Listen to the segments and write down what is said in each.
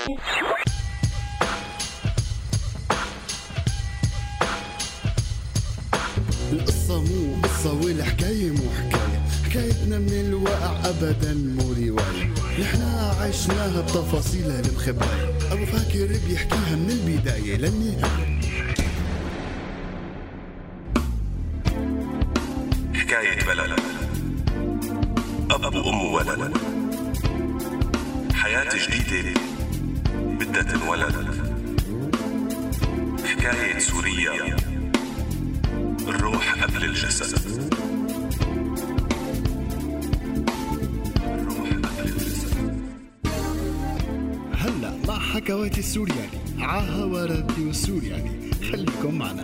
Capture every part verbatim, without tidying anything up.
القصة مو قصة والحكاية مو حكاية، حكايتنا من الواقع أبدا مو رواية، نحنا عشناها بتفاصيلها المخباية، أبو فاكر بيحكيها من البداية للنهاية. حكاية بلد، أب وأم ولد، حياة جديدة بدها تنولد. حكاية سوريا، الروح قبل الجسد. الروح قبل الجسد. هلا مع حكواتي السورياني عاها وراديو السورياني، خليكم معنا.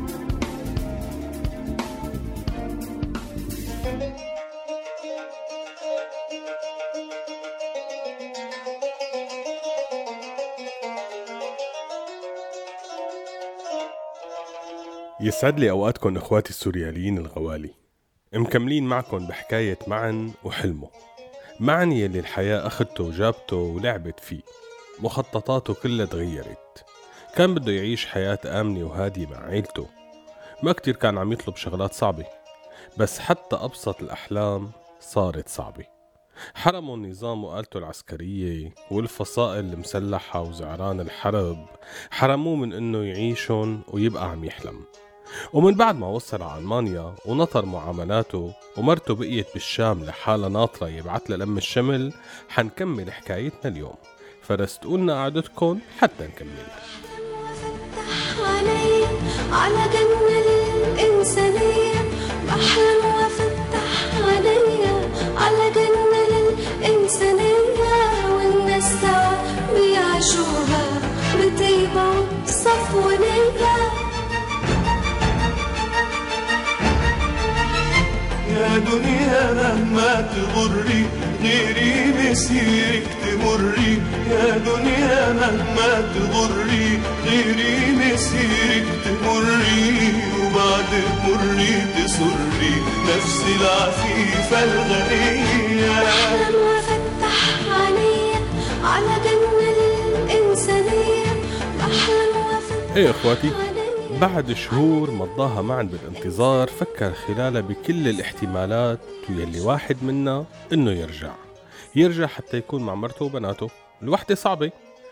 يسعد لي أوقاتكم إخواتي السورياليين الغوالي، مكملين معكم بحكاية معن وحلمه. معن يلي الحياة أخدته وجابته ولعبت فيه، مخططاته كلها تغيرت. كان بده يعيش حياة آمنة وهادية مع عيلته، ما كتير كان عم يطلب شغلات صعبة، بس حتى أبسط الأحلام صارت صعبة. حرموا النظام وآلته العسكرية والفصائل المسلحة وزعران الحرب، حرموه من إنه يعيشون ويبقى عم يحلم. ومن بعد ما وصل على ألمانيا ونطر معاملاته ومرته بقيت بالشام لحالة ناطرة يبعت لأم الشمل، حنكمل حكايتنا اليوم. فرستقولنا قعدتكم حتى نكمل. علي على جنة الإنسانية، بحلم وفتح علي على جنة الإنسانية، والناس سوا بيعيشوها بطيبة وصفونية. يا دنيا مهما تغري غيري مسيرك تمري، يا دنيا مهما تغري غيري مسيرك تمري، وبعد مري تسري نفسي العفيفة الغنية. بحلم وفتح علي على جنة الإنسانية، بحلم وفتح. ايه اخواتي، بعد شهور مضاها معا بالانتظار، فكر خلالها بكل الاحتمالات ويلي واحد منا انه يرجع يرجع حتى يكون مع مرته وبناته. الوحدة صعبة،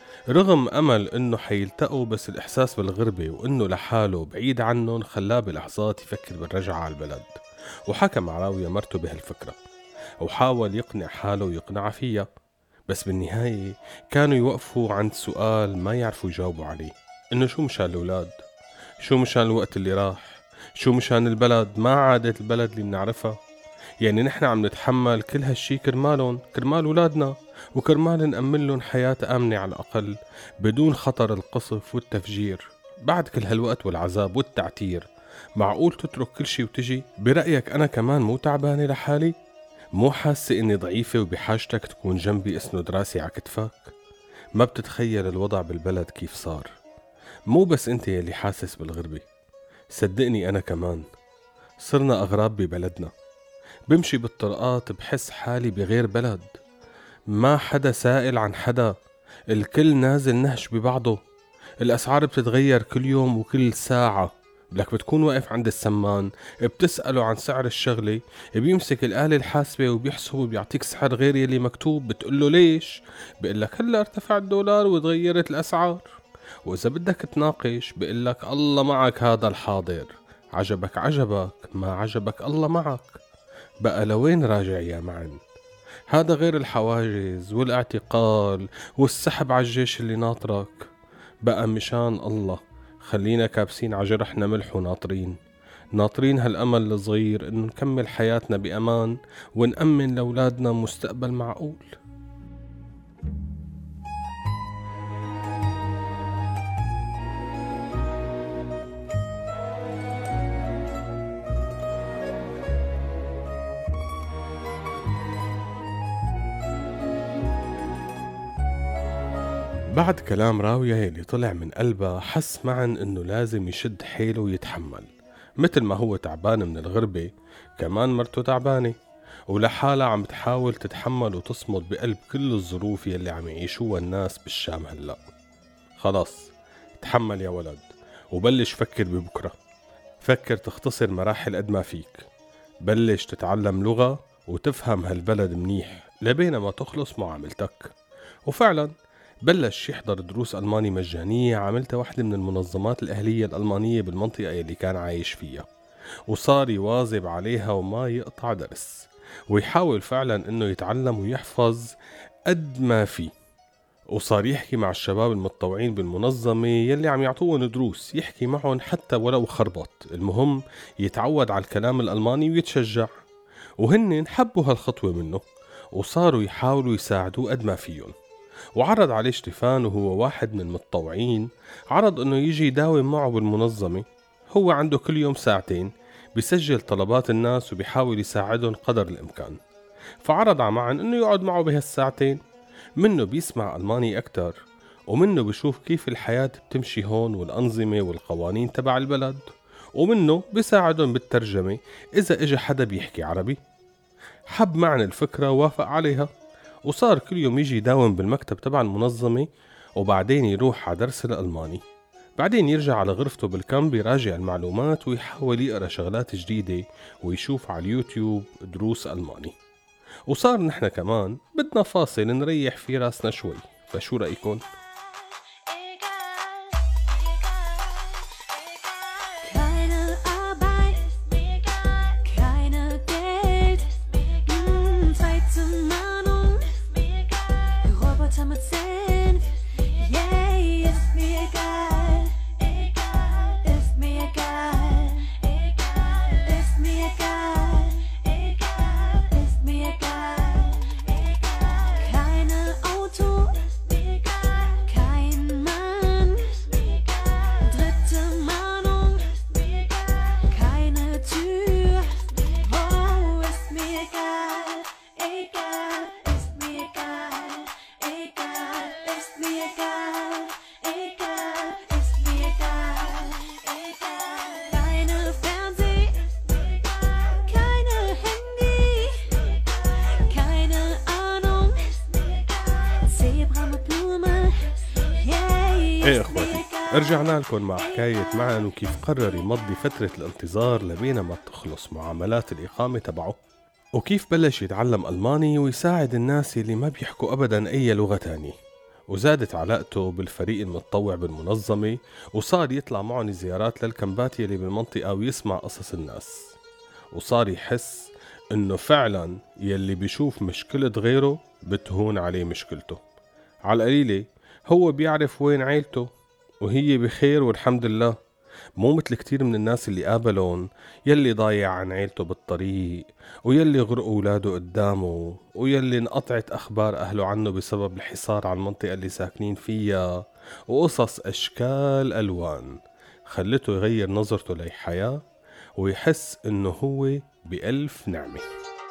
رغم امل انه حيلتقوا، بس الاحساس بالغربة وانه لحاله بعيد عنهم خلاه بلحظات يفكر بالرجعة على البلد. وحكى مع راوية مرته بهالفكرة وحاول يقنع حاله ويقنع فيها، بس بالنهاية كانوا يوقفوا عند سؤال ما يعرفوا يجاوبوا عليه، انه شو مشان الاولاد، شو مشان الوقت اللي راح، شو مشان البلد ما عادت البلد اللي بنعرفها. يعني نحن عم نتحمل كل هالشي كرمالهم، كرمال ولادنا، وكرمال نأمن لهم حياة آمنة على الأقل بدون خطر القصف والتفجير. بعد كل هالوقت والعذاب والتعتير، معقول تترك كل شي وتجي؟ برأيك أنا كمان مو تعبانة لحالي؟ مو حاسة إني ضعيفة وبحاجتك تكون جنبي اسند راسي على كتفك؟ ما بتتخيل الوضع بالبلد كيف صار. مو بس انت يلي حاسس بالغربة، صدقني انا كمان. صرنا اغراب ببلدنا، بمشي بالطرقات بحس حالي بغير بلد، ما حدا سائل عن حدا، الكل نازل نهش ببعضه، الاسعار بتتغير كل يوم وكل ساعة. لك بتكون واقف عند السمان بتسأله عن سعر الشغلة، بيمسك الآلة الحاسبة وبيحسب وبيعطيك سعر غير يلي مكتوب. بتقوله ليش؟ بيقلك هلا ارتفع الدولار وتغيرت الأسعار. وإذا بدك تناقش بيقلك الله معك، هذا الحاضر، عجبك عجبك، ما عجبك الله معك. بقى لوين راجع يا معن؟ هذا غير الحواجز والاعتقال والسحب على الجيش اللي ناطرك. بقى مشان الله خلينا كابسين عجرحنا ملح وناطرين، ناطرين هالأمل الصغير إنه نكمل حياتنا بأمان ونأمن لأولادنا مستقبل معقول. بعد كلام راوية اللي طلع من قلبها، حس معن انه لازم يشد حيله ويتحمل. مثل ما هو تعبان من الغربة، كمان مرته تعبانة، ولحالها عم تحاول تتحمل وتصمد بقلب كل الظروف يلي عم يعيشوها الناس بالشام هلأ. خلاص تحمل يا ولد وبلش فكر ببكرة. فكر تختصر مراحل قد ما فيك. بلش تتعلم لغة وتفهم هالبلد منيح لبين ما تخلص معاملتك. وفعلا بلش يحضر دروس ألماني مجانية عملتها واحدة من المنظمات الأهلية الألمانية بالمنطقة يلي كان عايش فيها، وصار يواظب عليها وما يقطع درس، ويحاول فعلا انه يتعلم ويحفظ قد ما فيه. وصار يحكي مع الشباب المتطوعين بالمنظمة يلي عم يعطوهم دروس، يحكي معهم حتى ولو خربط، المهم يتعود على الكلام الألماني ويتشجع. وهن حبوا هالخطوة منه وصاروا يحاولوا يساعدوه قد ما فيهم. وعرض عليه شتيفان وهو واحد من المتطوعين، عرض انه يجي يداوم معه بالمنظمة. هو عنده كل يوم ساعتين بيسجل طلبات الناس وبيحاول يساعدهم قدر الإمكان. فعرض على معن انه يقعد معه بهالساعتين، منه بيسمع ألماني أكتر، ومنه بيشوف كيف الحياة بتمشي هون والأنظمة والقوانين تبع البلد، ومنه بيساعدهم بالترجمة إذا إجا حدا بيحكي عربي. حب معن الفكرة ووافق عليها، وصار كل يوم يجي يداوم بالمكتب تبع المنظمة، وبعدين يروح على درس الألماني. بعدين يرجع على غرفته بالكامب يراجع المعلومات ويحاول يقرأ شغلات جديدة ويشوف على اليوتيوب دروس ألماني. وصار نحن كمان بدنا فاصل نريح في راسنا شوي، فشو رأيكم؟ ايه اخواتي، رجعنا لكم مع حكاية معن وكيف قرر يمضي فترة الانتظار لبين ما تخلص معاملات الإقامة تبعه، وكيف بلش يتعلم ألماني ويساعد الناس اللي ما بيحكوا أبدا أي لغة تانية. وزادت علاقته بالفريق المتطوع بالمنظمة، وصار يطلع معهم زيارات للكامبات يلي بالمنطقة ويسمع قصص الناس. وصار يحس انه فعلا يلي بيشوف مشكلة غيره بتهون عليه مشكلته. على القليلة هو بيعرف وين عيلته وهي بخير والحمد لله، مو مثل كتير من الناس اللي قابلون يلي ضايع عن عيلته بالطريق، ويلي غرقوا اولاده قدامه، ويلي انقطعت اخبار اهله عنه بسبب الحصار على المنطقة اللي ساكنين فيها، وقصص اشكال الوان خلته يغير نظرته للحياة ويحس انه هو بألف نعمة.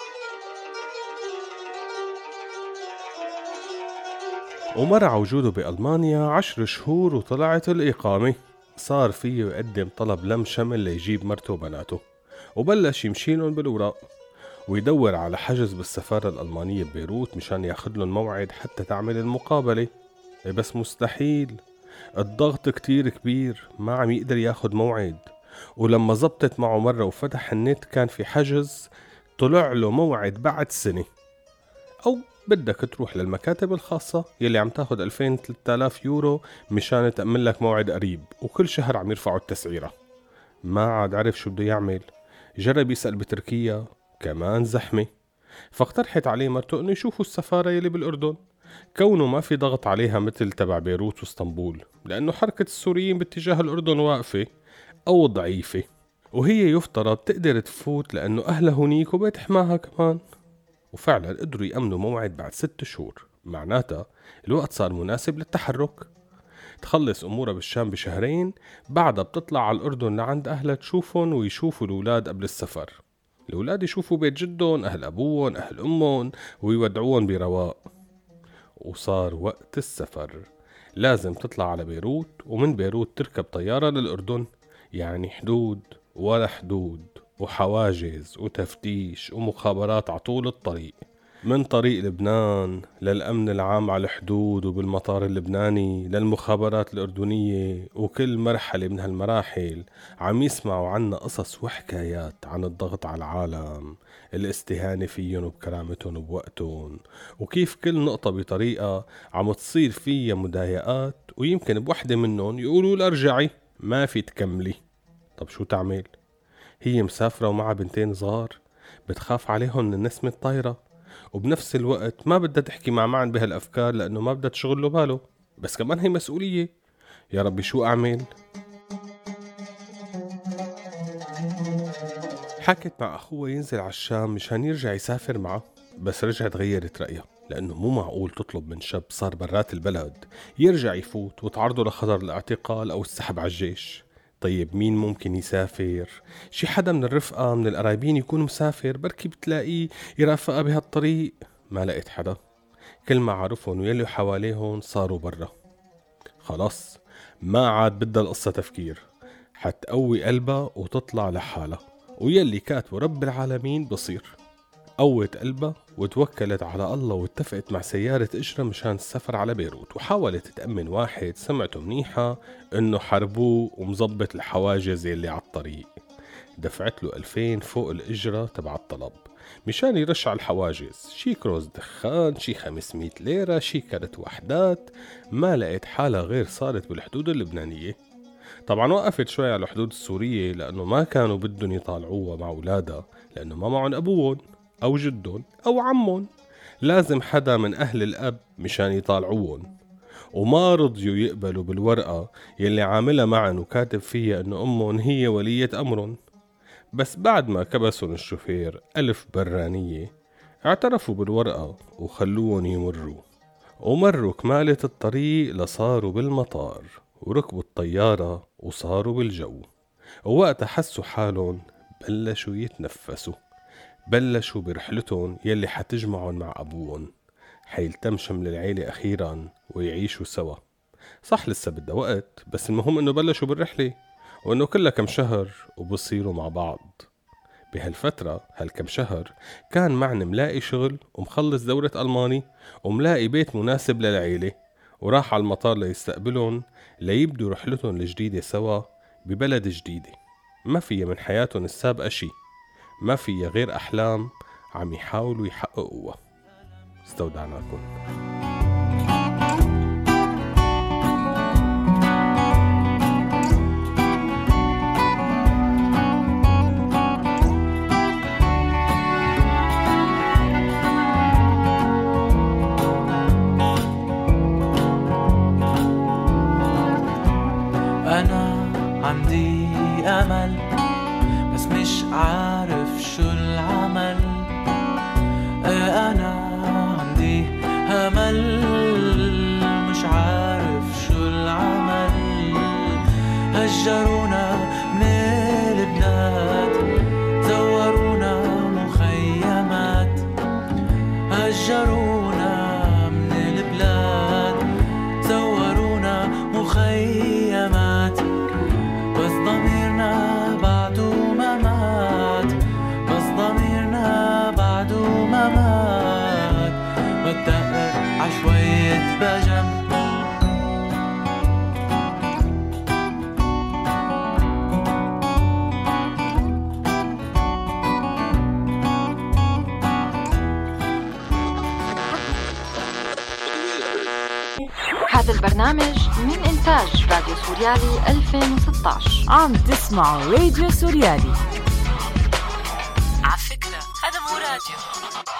ومر وجوده بألمانيا عشر شهور وطلعت الإقامة. صار فيه يقدم طلب لم شمل ليجيب مرته وبناته، وبلش يمشيلن بالوراق ويدور على حجز بالسفارة الألمانية ببيروت مشان ياخدلن موعد حتى تعمل المقابلة. بس مستحيل، الضغط كتير كبير، ما عم يقدر ياخد موعد. ولما زبطت معه مرة وفتح النت كان في حجز طلع له موعد بعد سنة، أو بدك تروح للمكاتب الخاصة يلي عم تاخد ألفين ثلاثة آلاف يورو مشان تأمن لك موعد قريب، وكل شهر عم يرفعوا التسعيرة. ما عاد عرف شو بده يعمل. جرب يسأل بتركيا، كمان زحمة. فاقترحت عليه مرته انه يشوفوا السفارة يلي بالأردن، كونه ما في ضغط عليها مثل تبع بيروت واسطنبول، لأنه حركة السوريين باتجاه الأردن واقفة أو ضعيفة، وهي يفترض تقدر تفوت لأنه أهلها هنيك وبيت حماها كمان. وفعلا قدروا يأمنوا موعد بعد ست شهور، معناتها الوقت صار مناسب للتحرك. تخلص أمورها بالشام بشهرين، بعدها بتطلع على الأردن لعند أهلها تشوفهم ويشوفوا الأولاد قبل السفر. الأولاد يشوفوا بيت جدهم، أهل أبوهم، أهل أمهم، ويودعوهم برواق. وصار وقت السفر، لازم تطلع على بيروت، ومن بيروت تركب طيارة للأردن، يعني حدود ولا حدود وحواجز وتفتيش ومخابرات على طول الطريق، من طريق لبنان للأمن العام على الحدود وبالمطار اللبناني للمخابرات الأردنية. وكل مرحلة من هالمراحل عم يسمعوا عنا قصص وحكايات عن الضغط على العالم، الاستهانة فيهم وبكرامتهم وبوقتهم، وكيف كل نقطة بطريقة عم تصير فيها مضايقات، ويمكن بوحدة منهم يقولوا الأرجعي ما في تكملي. طب شو تعمل؟ هي مسافرة ومعها بنتين صغار، بتخاف عليهم من النسمة الطايرة، وبنفس الوقت ما بدها تحكي مع معن بهالأفكار لأنه ما بدها تشغل له باله، بس كمان هي مسؤولية. يا ربي شو أعمل؟ حكت مع أخوه ينزل على الشام مشان يرجع يسافر معه، بس رجعت غيرت رأيها، لأنه مو معقول تطلب من شاب صار برات البلد يرجع يفوت وتعرضه لخطر الاعتقال أو السحب على الجيش. طيب مين ممكن يسافر؟ شي حدا من الرفقة من القرايبين يكون مسافر، بركي بتلاقيه يرافقها بهالطريق. ما لقيت حدا، كل ما عرفهم ويلي حواليهم صاروا برا. خلاص ما عاد بدها القصة تفكير، حتقوي قلبها وتطلع لحالها، ويلي كاتبه رب العالمين بصير. قوت قلبها وتوكلت على الله واتفقت مع سيارة إجرة مشان السفر على بيروت، وحاولت تأمن واحد سمعته منيحة إنه حربوه ومزبط الحواجز اللي على الطريق. دفعت له ألفين فوق الإجرة تبع الطلب مشان يرش على الحواجز، شي كروز دخان، شي خمسمية ليرة، شي كارت وحدات. ما لقيت حالة غير صارت بالحدود اللبنانية. طبعا وقفت شوي على الحدود السورية لأنه ما كانوا بدهم يطالعوها مع أولادها، لأنه ما معهم أبوهم أو جدهم أو عمهم، لازم حدا من أهل الأب مشان يطالعوهم. وما رضيوا يقبلوا بالورقة يلي عاملها معن وكاتب فيها أنه أمهم هي ولية أمرهم. بس بعد ما كبسوا الشوفير ألف برانية اعترفوا بالورقة وخلوهم يمروا، ومروا كمالة الطريق لصاروا بالمطار، وركبوا الطيارة وصاروا بالجو. ووقت حسوا حالهم بلشوا يتنفسوا، بلشوا برحلتهم يلي حتجمعهم مع أبوهم، حيلتم شمل العيلة أخيرا ويعيشوا سوا. صح لسه بدها وقت، بس المهم أنه بلشوا بالرحلة، وأنه كلها كم شهر وبصيروا مع بعض. بهالفترة هالكم شهر كان معن ملاقي شغل ومخلص دورة ألماني وملاقي بيت مناسب للعيلة، وراح على المطار ليستقبلهم ليبدوا رحلتهم الجديدة سوا ببلد جديدة ما فيها من حياتهم السابقة شي، ما فيها غير أحلام عم يحاولوا يحققوها. استودعناكم. أنا عندي أمل بس مش عارف شو العمل. أنا عندي أمل مش عارف شو العمل. هجرونا من البلاد، زورونا مخيمات. هجرونا من البلاد، زورونا مخيمات. بس ضميرنا بعده ما مات، بس ضميرنا بعده ما مات. بتدقق عشوية بجم، هذا البرنامج من إنتاج راديو سوريالي ألفين وستة عشر. عم تسمعوا راديو سوريالي. على فكرة هذا مو راديو.